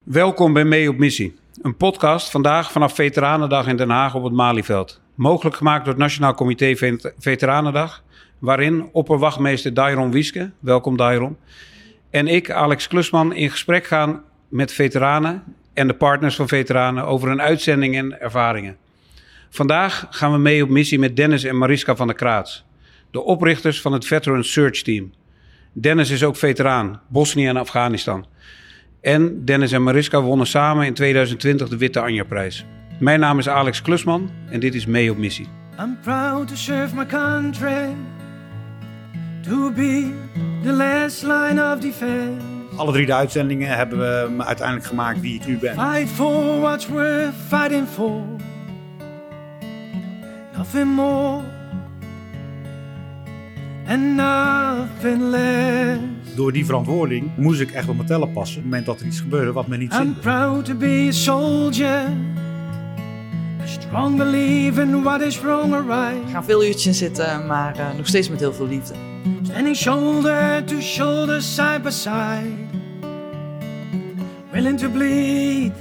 Welkom bij Mee op Missie. Een podcast vandaag vanaf Veteranendag in Den Haag op het Malieveld. Mogelijk gemaakt door het Nationaal Comité Veteranendag, waarin opperwachtmeester Dairon Wieske, welkom Dairon, en ik, Alex Klusman, in gesprek gaan met veteranen en de partners van veteranen over hun uitzending en ervaringen. Vandaag gaan we mee op missie met Dennis en Mariska van der Kraats, de oprichters van het Veteran Search Team. Dennis is ook veteraan, Bosnië en Afghanistan. En Dennis en Mariska wonnen samen in 2020 de Witte Anja-prijs. Mijn naam is Alex Klusman en dit is Mee op Missie. I'm proud to serve my country, to be the last line of defense. Alle 3 de uitzendingen hebben we me uiteindelijk gemaakt wie ik nu ben. Fight for what's worth fighting for. Nothing more and nothing less. Door die verantwoording moest ik echt op mijn tellen passen. Op het moment dat er iets gebeurde wat me niet zin. I'm proud to be a soldier. A strong believer in what is wrong or right. We gaan veel uurtjes zitten, maar nog steeds met heel veel liefde. Standing shoulder to shoulder, side by side. Willing to bleed.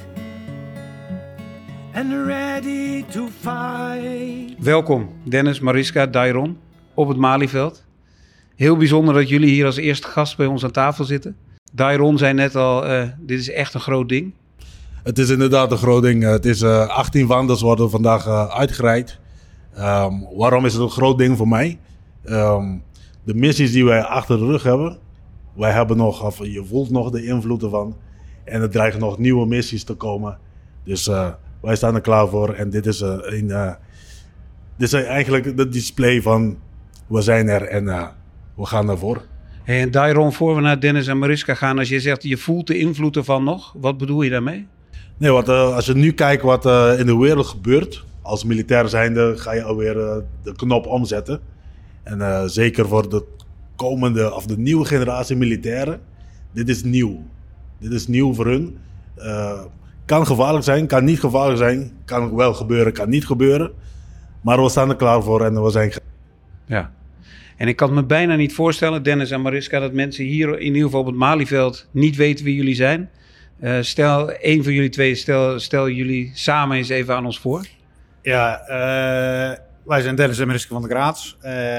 And ready to fight. Welkom Dennis, Mariska, Dairon op het Malieveld. Heel bijzonder dat jullie hier als eerste gast bij ons aan tafel zitten. Dairon zei net al, dit is echt een groot ding. Het is inderdaad een groot ding. Het is 18 wandels worden vandaag uitgereikt. Waarom is het een groot ding voor mij? De missies die wij achter de rug hebben, wij hebben nog, of je voelt nog de invloed ervan. En er dreigen nog nieuwe missies te komen. Dus wij staan er klaar voor. En dit is eigenlijk de display van we zijn er en we gaan ervoor. Hey, en Dairon, voor we naar Dennis en Mariska gaan, als je zegt je voelt de invloed ervan nog, wat bedoel je daarmee? Nee, als je nu kijkt wat in de wereld gebeurt, als militair zijnde ga je alweer de knop omzetten. En zeker voor de komende of de nieuwe generatie militairen, dit is nieuw. Dit is nieuw voor hun. Kan gevaarlijk zijn, kan niet gevaarlijk zijn, kan wel gebeuren, kan niet gebeuren. Maar we staan er klaar voor en we zijn... Ja. En ik kan me bijna niet voorstellen, Dennis en Mariska, dat mensen hier in ieder geval op het Malieveld niet weten wie jullie zijn. Stel, één van jullie twee, stel jullie samen eens even aan ons voor. Ja, wij zijn Dennis en Mariska van der Kraats.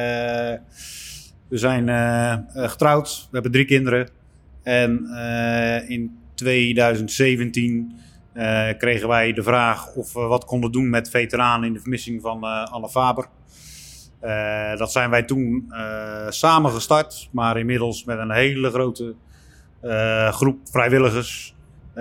We zijn getrouwd, we hebben 3 kinderen. En in 2017 kregen wij de vraag of we wat konden doen met veteranen in de vermissing van Anne Faber. Dat zijn wij toen samen gestart, maar inmiddels met een hele grote groep vrijwilligers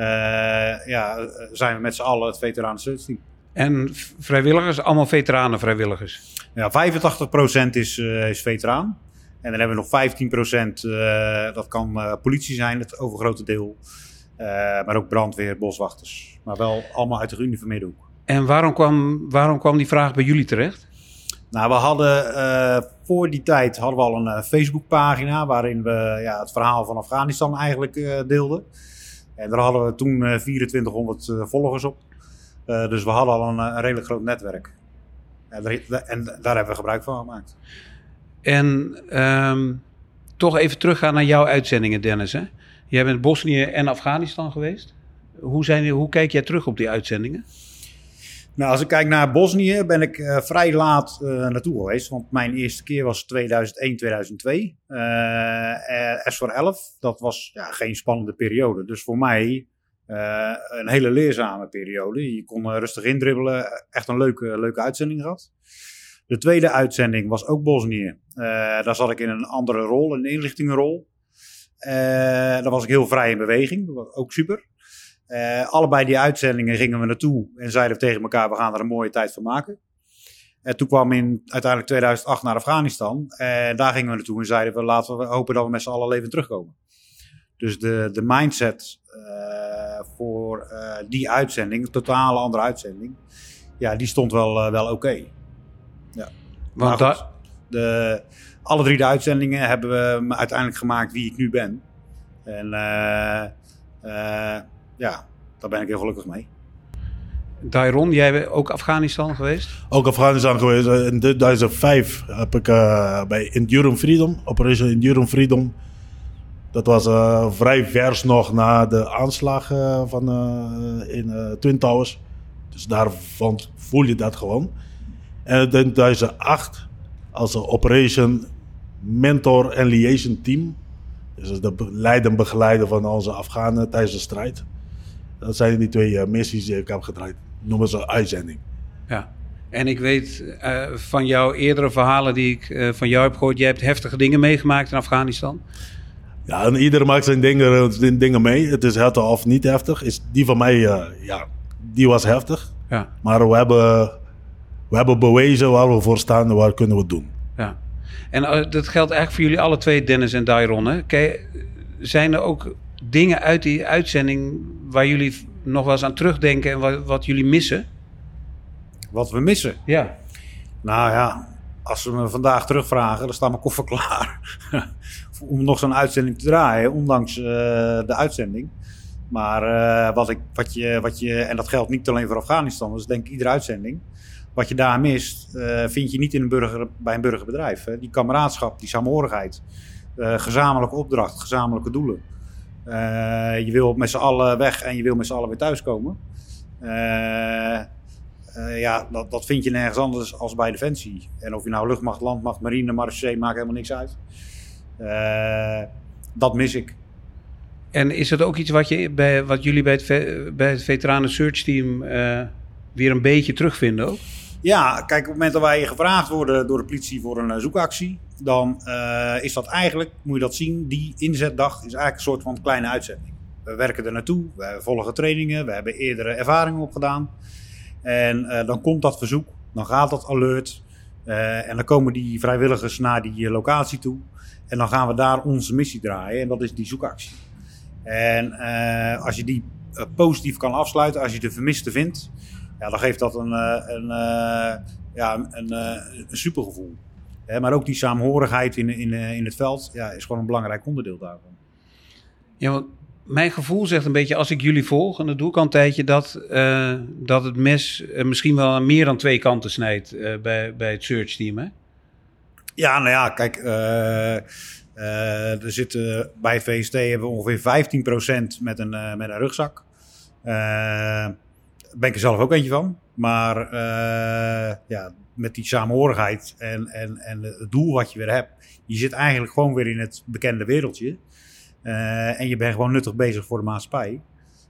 zijn we met z'n allen het Veteranen Search Team. En vrijwilligers, allemaal veteranenvrijwilligers? Ja, 85% is veteraan. En dan hebben we nog 15%, dat kan politie zijn, het overgrote deel. Maar ook brandweer, boswachters. Maar wel allemaal uit de geuniformeerde hoek. En waarom kwam die vraag bij jullie terecht? Nou, we hadden voor die tijd hadden we al een Facebookpagina waarin we het verhaal van Afghanistan eigenlijk deelden. En daar hadden we toen 2400 volgers op. Dus we hadden al een redelijk groot netwerk. En daar hebben we gebruik van gemaakt. En toch even teruggaan naar jouw uitzendingen, Dennis. Hè? Jij bent Bosnië en Afghanistan geweest. Hoe kijk jij terug op die uitzendingen? Nou, als ik kijk naar Bosnië ben ik vrij laat naartoe geweest. Want mijn eerste keer was 2001, 2002. S411, dat was geen spannende periode. Dus voor mij een hele leerzame periode. Je kon rustig indribbelen. Echt een leuke uitzending gehad. De tweede uitzending was ook Bosnië. Daar zat ik in een andere rol, een inlichtingenrol. Daar was ik heel vrij in beweging. Dat was ook super. Allebei die uitzendingen gingen we naartoe en zeiden we tegen elkaar, we gaan er een mooie tijd van maken. Toen kwam in uiteindelijk 2008 naar Afghanistan. Daar gingen we naartoe en zeiden we, laten we hopen dat we met z'n allen levend terugkomen. Dus de mindset voor die uitzending, een totale andere uitzending, die stond wel oké. Ja. Want alle 3 de uitzendingen hebben we me uiteindelijk gemaakt wie ik nu ben. En daar ben ik heel gelukkig mee. Dairon, jij bent ook Afghanistan geweest? Ook Afghanistan geweest. In 2005 heb ik bij Enduring Freedom, Operation Enduring Freedom, Dat was vrij vers nog na de aanslag in Twin Towers. Dus daar voel je dat gewoon. En in 2008 als een Operation Mentor en Liaison Team. Dus de leiden en begeleiden van onze Afghanen tijdens de strijd. Dat zijn die 2 missies die ik heb gedraaid. Noemen ze uitzending. Ja. En ik weet van jouw eerdere verhalen die ik van jou heb gehoord. Jij hebt heftige dingen meegemaakt in Afghanistan. Ja, en ieder maakt zijn dingen mee. Het is heftig of niet heftig. Die van mij, die was heftig. Ja. Maar we hebben bewezen waar we voor staan en waar kunnen we het doen. Ja. En dat geldt eigenlijk voor jullie alle 2, Dennis en Dairon. Hè? Zijn er ook dingen uit die uitzending waar jullie nog wel eens aan terugdenken en wat jullie missen? Wat we missen? Ja. Nou ja, als ze me vandaag terugvragen, dan staat mijn koffer klaar. Om nog zo'n uitzending te draaien, ondanks de uitzending. Maar wat je, en dat geldt niet alleen voor Afghanistan, dat is denk ik iedere uitzending. Wat je daar mist, vind je niet bij een burgerbedrijf. Hè? Die kameraadschap, die saamhorigheid, gezamenlijke opdracht, gezamenlijke doelen. Je wil met z'n allen weg en je wil met z'n allen weer thuiskomen. Dat vind je nergens anders als bij Defensie. En of je nou luchtmacht, landmacht, marine, marechaussee, maakt helemaal niks uit. Dat mis ik. En is dat ook iets wat jullie bij het Veteranen Search Team weer een beetje terugvinden ook? Ja, kijk, op het moment dat wij gevraagd worden door de politie voor een zoekactie, dan is dat eigenlijk, moet je dat zien, die inzetdag is eigenlijk een soort van kleine uitzending. We werken er naartoe, we volgen trainingen, we hebben eerdere ervaringen opgedaan. En dan komt dat verzoek, dan gaat dat alert en dan komen die vrijwilligers naar die locatie toe. En dan gaan we daar onze missie draaien en dat is die zoekactie. En als je die positief kan afsluiten, als je de vermiste vindt, ja, dan geeft dat een supergevoel. Maar ook die saamhorigheid in het veld is gewoon een belangrijk onderdeel daarvan. Ja, want mijn gevoel zegt een beetje, als ik jullie volg, en dat doe ik al een tijdje, dat het mes misschien wel aan meer dan 2 kanten snijdt bij het search team, hè? Ja, nou ja, kijk, er zitten bij het VST hebben we ongeveer 15% met een rugzak. Daar ben ik er zelf ook eentje van. Maar met die saamhorigheid en het doel wat je weer hebt, je zit eigenlijk gewoon weer in het bekende wereldje. En je bent gewoon nuttig bezig voor de maatschappij.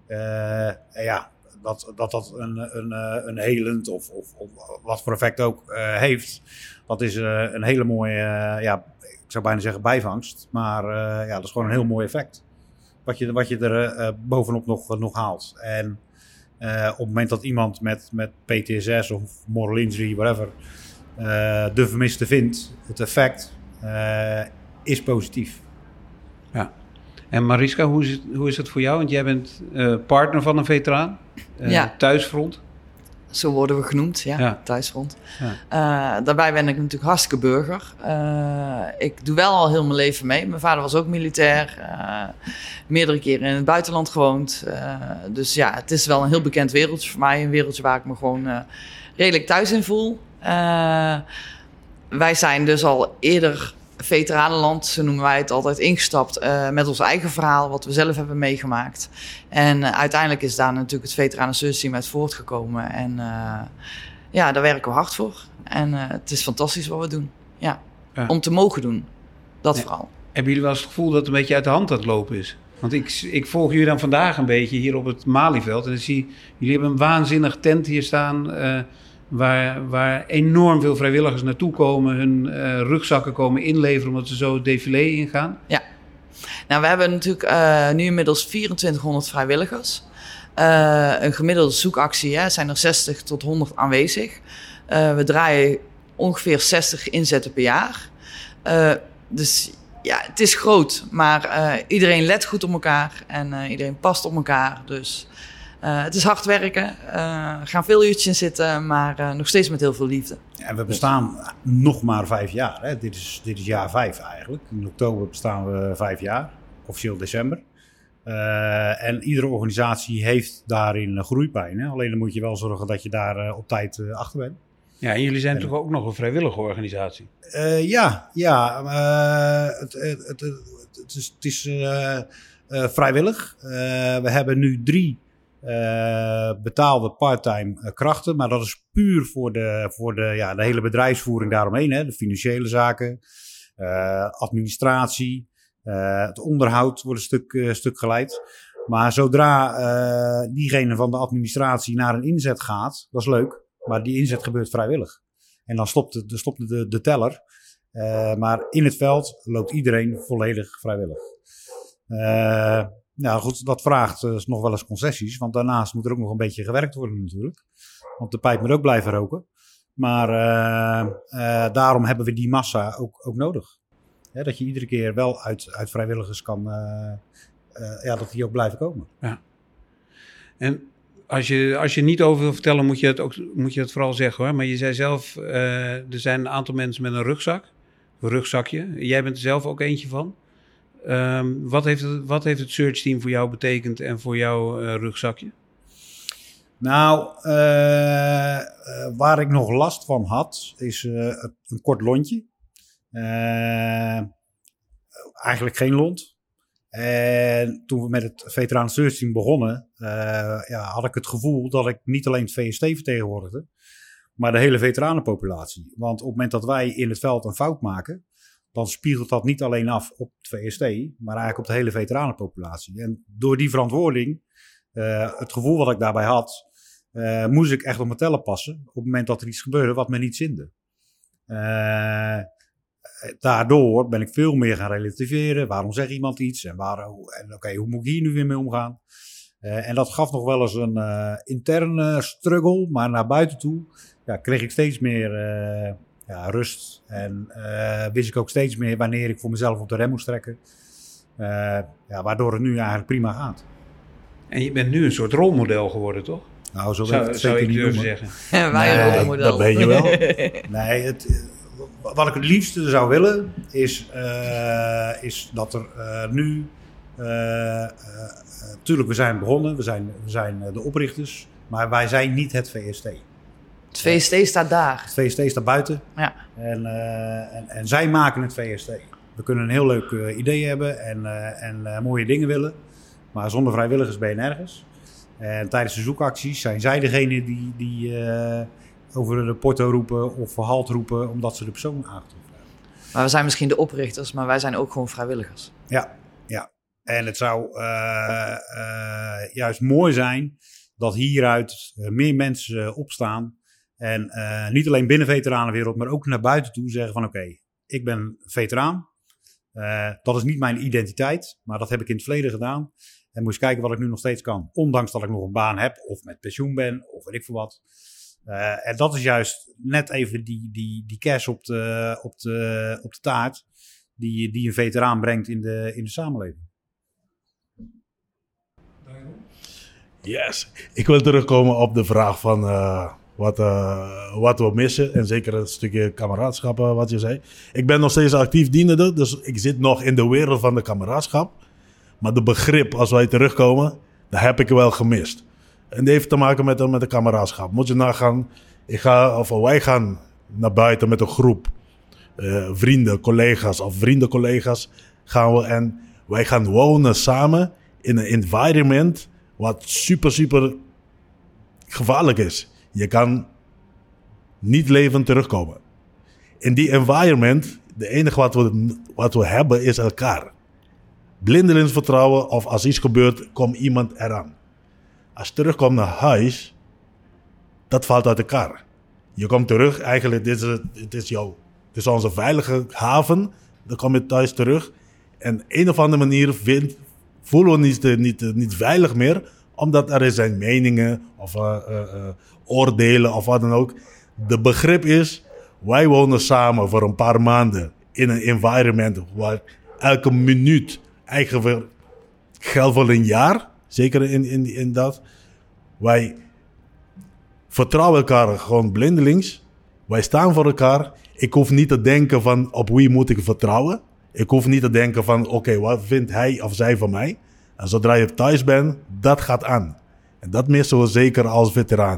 Dat een helend of wat voor effect ook heeft, dat is een hele mooie, ik zou bijna zeggen bijvangst. Maar dat is gewoon een heel mooi effect. Wat je er bovenop nog haalt. En op het moment dat iemand met PTSS of moral injury, whatever, de vermiste vindt, het effect is positief. Ja. En Mariska, hoe is het voor jou? Want jij bent partner van een veteraan, thuisfront. Zo worden we genoemd, thuisfront. Ja. Daarbij ben ik natuurlijk hartstikke burger. Ik doe wel al heel mijn leven mee. Mijn vader was ook militair. Meerdere keren in het buitenland gewoond. Dus ja, het is wel een heel bekend wereldje voor mij. Een wereldje waar ik me gewoon redelijk thuis in voel. Wij zijn dus al eerder veteranenland, zo noemen wij het altijd, ingestapt met ons eigen verhaal, wat we zelf hebben meegemaakt. En uiteindelijk is daar natuurlijk het Veteranen Search Team uit voortgekomen. En daar werken we hard voor. En het is fantastisch wat we doen. Ja. Om te mogen doen. Dat vooral. Hebben jullie wel eens het gevoel dat het een beetje uit de hand aan het lopen is? Want ik volg jullie dan vandaag een beetje hier op het Malieveld. En dan zie jullie hebben een waanzinnig tent hier staan, waar enorm veel vrijwilligers naartoe komen, hun rugzakken komen inleveren omdat ze zo het défilé ingaan. Ja, nou we hebben natuurlijk nu inmiddels 2400 vrijwilligers. Een gemiddelde zoekactie zijn er 60 tot 100 aanwezig. We draaien ongeveer 60 inzetten per jaar. Dus ja, het is groot, maar iedereen let goed op elkaar en iedereen past op elkaar. Dus het is hard werken, gaan veel uurtjes in zitten, maar nog steeds met heel veel liefde. En we bestaan nog maar 5 jaar. Hè? Dit is jaar 5 eigenlijk. In oktober bestaan we 5 jaar, officieel december. En iedere organisatie heeft daarin groeipijn. Hè? Alleen dan moet je wel zorgen dat je daar op tijd achter bent. Ja, en jullie zijn natuurlijk ook nog een vrijwillige organisatie. Het is vrijwillig. We hebben nu 3 betaalde parttime krachten, maar dat is puur voor de hele bedrijfsvoering daaromheen. Hè? De financiële zaken, administratie, het onderhoud wordt een stuk geleid. Maar zodra diegene van de administratie naar een inzet gaat, dat is leuk, maar die inzet gebeurt vrijwillig. En dan stopt de teller. Maar in het veld loopt iedereen volledig vrijwillig. Nou goed, dat vraagt nog wel eens concessies. Want daarnaast moet er ook nog een beetje gewerkt worden natuurlijk. Want de pijp moet ook blijven roken. Maar daarom hebben we die massa ook nodig. Ja, dat je iedere keer wel uit vrijwilligers kan... dat die ook blijven komen. Ja. En als je niet over wil vertellen, moet je het vooral zeggen hoor. Maar je zei zelf, er zijn een aantal mensen met een rugzakje. Jij bent er zelf ook eentje van. Wat heeft het searchteam voor jou betekend en voor jouw rugzakje? Nou, waar ik nog last van had, is een kort lontje. Eigenlijk geen lont. En toen we met het Veteranen Searchteam begonnen, had ik het gevoel dat ik niet alleen het VST vertegenwoordigde, maar de hele veteranenpopulatie. Want op het moment dat wij in het veld een fout maken, dan spiegelt dat niet alleen af op het VST, maar eigenlijk op de hele veteranenpopulatie. En door die verantwoording, het gevoel wat ik daarbij had, moest ik echt op mijn tellen passen op het moment dat er iets gebeurde wat me niet zinde. Daardoor ben ik veel meer gaan relativeren. Waarom zegt iemand iets? En hoe moet ik hier nu weer mee omgaan? En dat gaf nog wel eens een interne struggle. Maar naar buiten toe kreeg ik steeds meer rust. En wist ik ook steeds meer wanneer ik voor mezelf op de rem moest trekken. Waardoor het nu eigenlijk prima gaat. En je bent nu een soort rolmodel geworden, toch? Nou, zo wil ik het zeker je niet durven noemen. Zeggen. Wij een rolmodel. Dat ben je wel. Nee, wat ik het liefste zou willen is dat er nu... Tuurlijk, we zijn begonnen. We zijn de oprichters. Maar wij zijn niet het VST. Het VST staat daar. Het VST staat buiten. Ja. En zij maken het VST. We kunnen een heel leuk idee hebben en mooie dingen willen. Maar zonder vrijwilligers ben je nergens. En tijdens de zoekacties zijn zij degene die over de porto roepen of halt roepen omdat ze de persoon aangetroffen hebben. Maar we zijn misschien de oprichters, maar wij zijn ook gewoon vrijwilligers. Ja. En het zou juist mooi zijn dat hieruit meer mensen opstaan. En niet alleen binnen veteranenwereld, maar ook naar buiten toe zeggen van oké, ik ben veteraan. Dat is niet mijn identiteit, maar dat heb ik in het verleden gedaan. En moet eens kijken wat ik nu nog steeds kan. Ondanks dat ik nog een baan heb of met pensioen ben of weet ik veel wat. En dat is juist net even die kers op de taart die een veteraan brengt in de samenleving. Yes. Ik wil terugkomen op de vraag van wat we missen. En zeker het stukje kameraadschap wat je zei. Ik ben nog steeds actief dienende, dus ik zit nog in de wereld van de kameraadschap. Maar de begrip, als wij terugkomen, dat heb ik wel gemist. En die heeft te maken met de kameraadschap. Moet je nagaan, wij gaan naar buiten met een groep vrienden, collega's of vriendencollega's gaan we en wij gaan wonen samen in een environment wat super, super gevaarlijk is. Je kan niet levend terugkomen. In die environment, de enige wat we hebben is elkaar. Blindelings vertrouwen of als iets gebeurt, komt iemand eraan. Als je terugkomt naar huis, dat valt uit elkaar. Je komt terug, eigenlijk het is onze veilige haven. Dan kom je thuis terug. En een of andere manier voelen we niet veilig meer, omdat er zijn meningen of oordelen of wat dan ook. De begrip is, wij wonen samen voor een paar maanden in een environment waar elke minuut eigenlijk geldt voor een jaar. Zeker in dat. Wij vertrouwen elkaar gewoon blindelings. Wij staan voor elkaar. Ik hoef niet te denken van op wie moet ik vertrouwen. Ik hoef niet te denken van oké, wat vindt hij of zij van mij? En zodra je thuis bent, dat gaat aan. En dat missen we zeker als veteranen.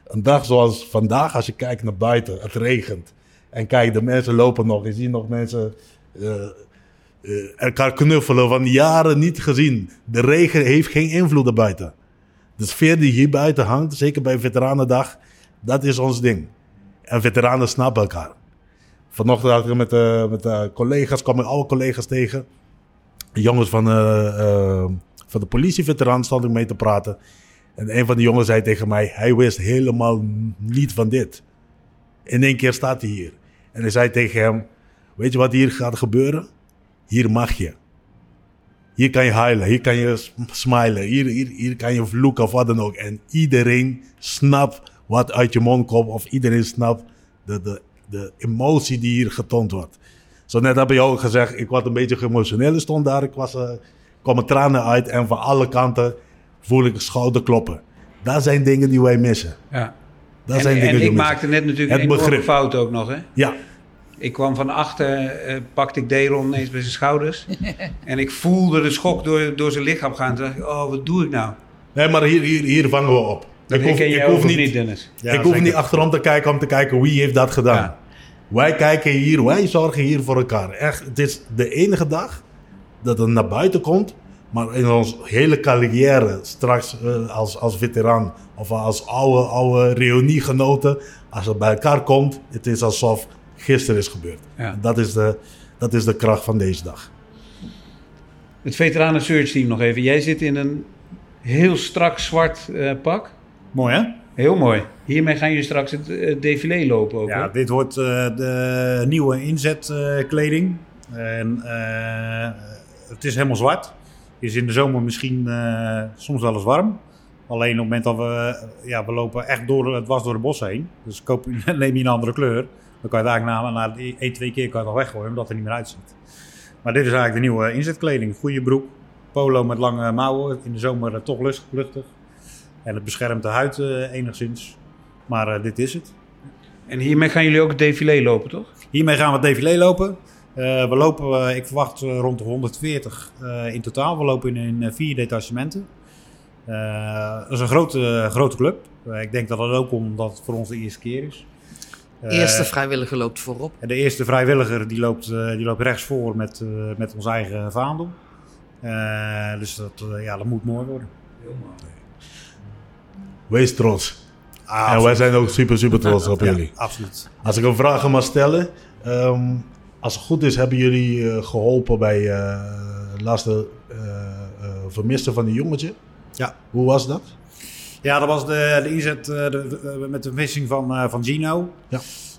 een dag zoals vandaag, als je kijkt naar buiten, het regent. En kijk, de mensen lopen nog. Je ziet nog mensen elkaar knuffelen, van jaren niet gezien. De regen heeft geen invloed erbuiten. De sfeer die hier buiten hangt, zeker bij Veteranendag, dat is ons ding. En veteranen snappen elkaar. Vanochtend had ik met collega's, kwam ik alle collega's tegen. De jongens van de politieveteraan stond ik mee te praten. En een van die jongens zei tegen mij, hij wist helemaal niet van dit. In één keer staat hij hier. En hij zei tegen hem, weet je wat hier gaat gebeuren? Hier mag je. Hier kan je huilen, hier kan je smilen, hier kan je vloeken of wat dan ook. En iedereen snapt wat uit je mond komt, of iedereen snapt de emotie die hier getoond wordt. Zo net heb je ook gezegd, ik was een beetje geëmotioneerd, stond daar, kwam mijn tranen uit en van alle kanten voel ik schouderkloppen. Dat zijn dingen die wij missen. Ja. Dat zijn dingen die ik maakte net natuurlijk een enorme fout ook nog, hè? Ja. Ik kwam van achter, pakte ik Delon ineens bij zijn schouders. En ik voelde de schok door zijn lichaam gaan. Toen dacht ik, oh, wat doe ik nou? Nee, maar hier vangen we op. Ik hoef niet, Dennis. Ja, ik hoef niet achterom te kijken wie heeft dat gedaan. Ja. Wij zorgen hier voor elkaar. Echt, het is de enige dag dat het naar buiten komt. Maar in onze hele carrière, straks als veteraan of als oude reuniegenoten, als het bij elkaar komt, het is alsof gisteren is gebeurd. Ja. Dat is de kracht van deze dag. Het Veteranen Search Team nog even. Jij zit in een heel strak zwart pak. Mooi, hè? Heel mooi. Hiermee gaan jullie straks het défilé lopen ook. Ja, hè? Dit wordt de nieuwe inzetkleding. Het is helemaal zwart. Het is in de zomer misschien soms wel eens warm. Alleen op het moment dat we lopen echt dwars door de bos heen. Dus neem je een andere kleur. Dan kan je het eigenlijk na 1-2 keer kan je het al weggooien, omdat het er niet meer uitziet. Maar dit is eigenlijk de nieuwe inzetkleding. Goede broek, polo met lange mouwen. In de zomer toch luchtig. En het beschermt de huid enigszins. Maar dit is het. En hiermee gaan jullie ook het défilé lopen, toch? Hiermee gaan we het défilé lopen. We lopen, ik verwacht rond de 140 in totaal. We lopen in 4 detachementen. Dat is een grote club. Ik denk dat het ook omdat het voor ons de eerste keer is. De eerste vrijwilliger loopt voorop. De eerste vrijwilliger die loopt rechtsvoor met ons eigen vaandel. Dus dat moet mooi worden. Heel mooi. Wees trots. En wij zijn ook super trots op jullie. Absoluut. Als ik een vraag mag stellen. Als het goed is, hebben jullie geholpen bij het laatste vermiste van die jongetje? Ja. Hoe was dat? Ja, dat was de inzet met de vermissing van Gino. Ja.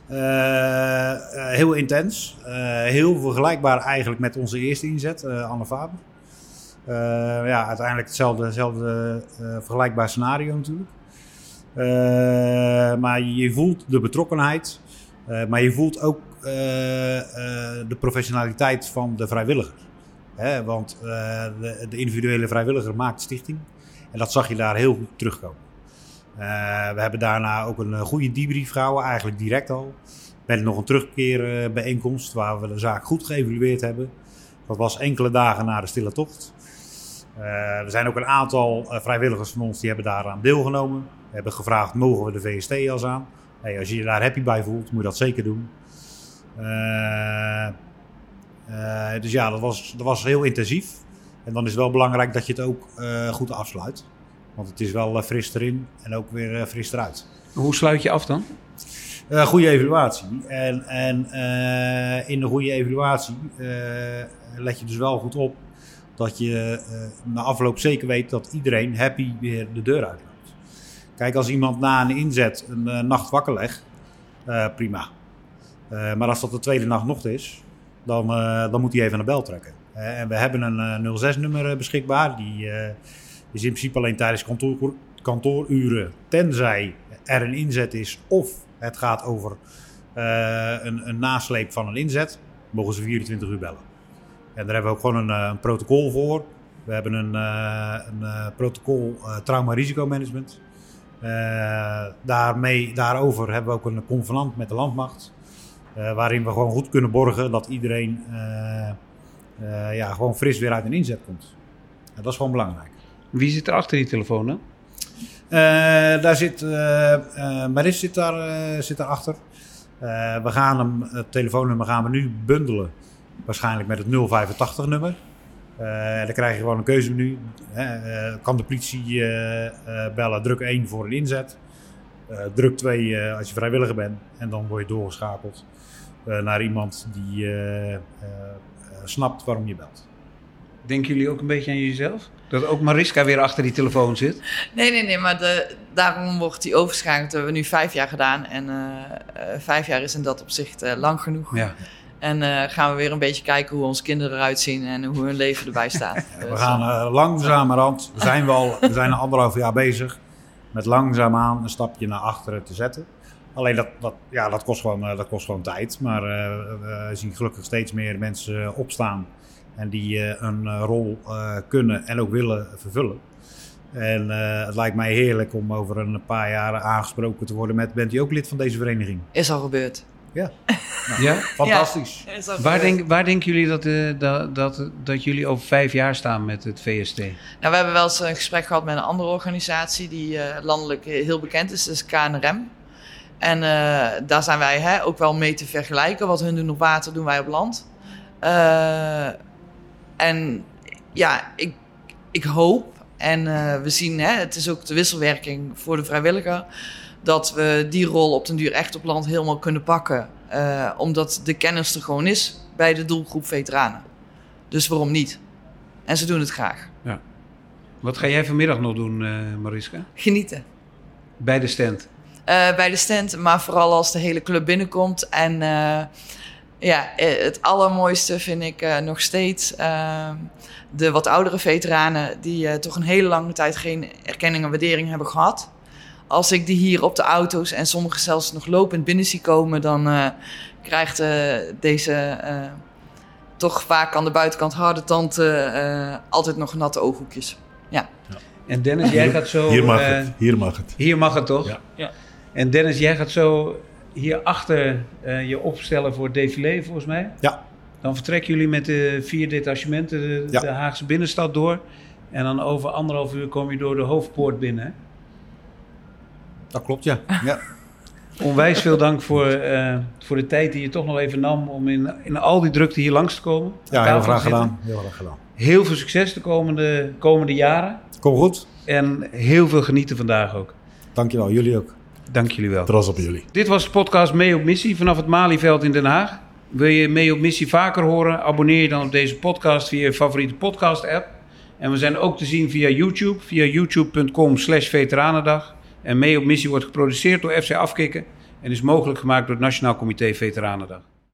Heel intens. Heel vergelijkbaar eigenlijk met onze eerste inzet, Anne Faber. Uiteindelijk hetzelfde vergelijkbaar scenario natuurlijk. Maar je voelt de betrokkenheid. Maar je voelt ook de professionaliteit van de vrijwilliger. Want de individuele vrijwilliger maakt de stichting. En dat zag je daar heel goed terugkomen. We hebben daarna ook een goede debrief gehouden, eigenlijk direct al. Met nog een terugkeerbijeenkomst waar we de zaak goed geëvalueerd hebben. Dat was enkele dagen na de stille tocht. Er zijn ook een aantal vrijwilligers van ons die hebben daaraan deelgenomen. We hebben gevraagd, mogen we de VST-jas aan? Hey, als je je daar happy bij voelt, moet je dat zeker doen. Dus ja, dat was heel intensief. En dan is het wel belangrijk dat je het ook goed afsluit. Want het is wel fris erin en ook weer fris eruit. Hoe sluit je af dan? Goede evaluatie. En in de goede evaluatie let je dus wel goed op dat je na afloop zeker weet dat iedereen happy weer de deur uitloopt. Kijk, als iemand na een inzet een nacht wakker legt, prima. Maar als dat de tweede nacht nog is, dan moet hij even een bel trekken. En we hebben een 06-nummer beschikbaar. Die is in principe alleen tijdens kantooruren, tenzij er een inzet is of het gaat over een nasleep van een inzet, mogen ze 24 uur bellen. En daar hebben we ook gewoon een protocol voor. We hebben een protocol trauma-risicomanagement. Daarover hebben we ook een convenant met de landmacht. Waarin we gewoon goed kunnen borgen dat iedereen gewoon fris weer uit een inzet komt. En dat is gewoon belangrijk. Wie zit er achter die telefoon dan? Daar zit Maris zit daar achter. We gaan het telefoonnummer gaan we nu bundelen. Waarschijnlijk met het 085 nummer. Dan krijg je gewoon een keuzemenu. Kan de politie bellen, druk 1 voor een inzet. Druk 2 als je vrijwilliger bent. En dan word je doorgeschakeld naar iemand die snapt waarom je belt. Denken jullie ook een beetje aan jezelf? Dat ook Mariska weer achter die telefoon zit? Nee, maar daarom wordt die overschakeling. Dat hebben we nu 5 jaar gedaan. En 5 jaar is in dat opzicht lang genoeg. Ja. En gaan we weer een beetje kijken hoe onze kinderen eruit zien en hoe hun leven erbij staat. We gaan langzamerhand, we zijn al 1,5 jaar bezig, met langzaamaan een stapje naar achteren te zetten. Alleen dat kost gewoon tijd. Maar we zien gelukkig steeds meer mensen opstaan en die een rol kunnen en ook willen vervullen. En het lijkt mij heerlijk om over een paar jaar aangesproken te worden met: bent u ook lid van deze vereniging? Is al gebeurd. Ja. Nou, Ja? fantastisch. Ja, is al Waar denken jullie dat jullie over 5 jaar staan met het VST? Nou, we hebben wel eens een gesprek gehad met een andere organisatie die landelijk heel bekend is. Dat is KNRM. En daar zijn wij ook wel mee te vergelijken. Wat hun doen op water, doen wij op land. En ja, ik hoop, en we zien, het is ook de wisselwerking voor de vrijwilliger, dat we die rol op den duur echt op land helemaal kunnen pakken. Omdat de kennis er gewoon is bij de doelgroep veteranen. Dus waarom niet? En ze doen het graag. Ja. Wat ga jij vanmiddag nog doen, Mariska? Genieten. Bij de stand? Bij de stand, maar vooral als de hele club binnenkomt. En het allermooiste vind ik nog steeds de wat oudere veteranen die toch een hele lange tijd geen erkenning en waardering hebben gehad. Als ik die hier op de auto's en sommigen zelfs nog lopend binnen zie komen, dan krijgt deze toch vaak aan de buitenkant harde tante altijd nog natte ooghoekjes. Ja. En Dennis, jij gaat zo... Hier mag het. Hier mag het. Hier mag het toch? Ja. En Dennis, jij gaat zo hierachter je opstellen voor het défilé volgens mij? Ja. Dan vertrekken jullie met de 4 detachementen de Haagse binnenstad door. En dan over 1,5 uur kom je door de hoofdpoort binnen, hè? Dat klopt, ja. Onwijs veel dank voor de tijd die je toch nog even nam om in al die drukte hier langs te komen. Ja, heel graag gedaan. Heel veel succes de komende jaren. Kom goed. En heel veel genieten vandaag ook. Dankjewel, jullie ook. Dank jullie wel. Trots op jullie. Dit was de podcast Mee op Missie vanaf het Malieveld in Den Haag. Wil je Mee op Missie vaker horen? Abonneer je dan op deze podcast via je favoriete podcast app. En we zijn ook te zien via YouTube, via youtube.com/veteranendag. En Mee op Missie wordt geproduceerd door FC Afkikken en is mogelijk gemaakt door het Nationaal Comité Veteranendag.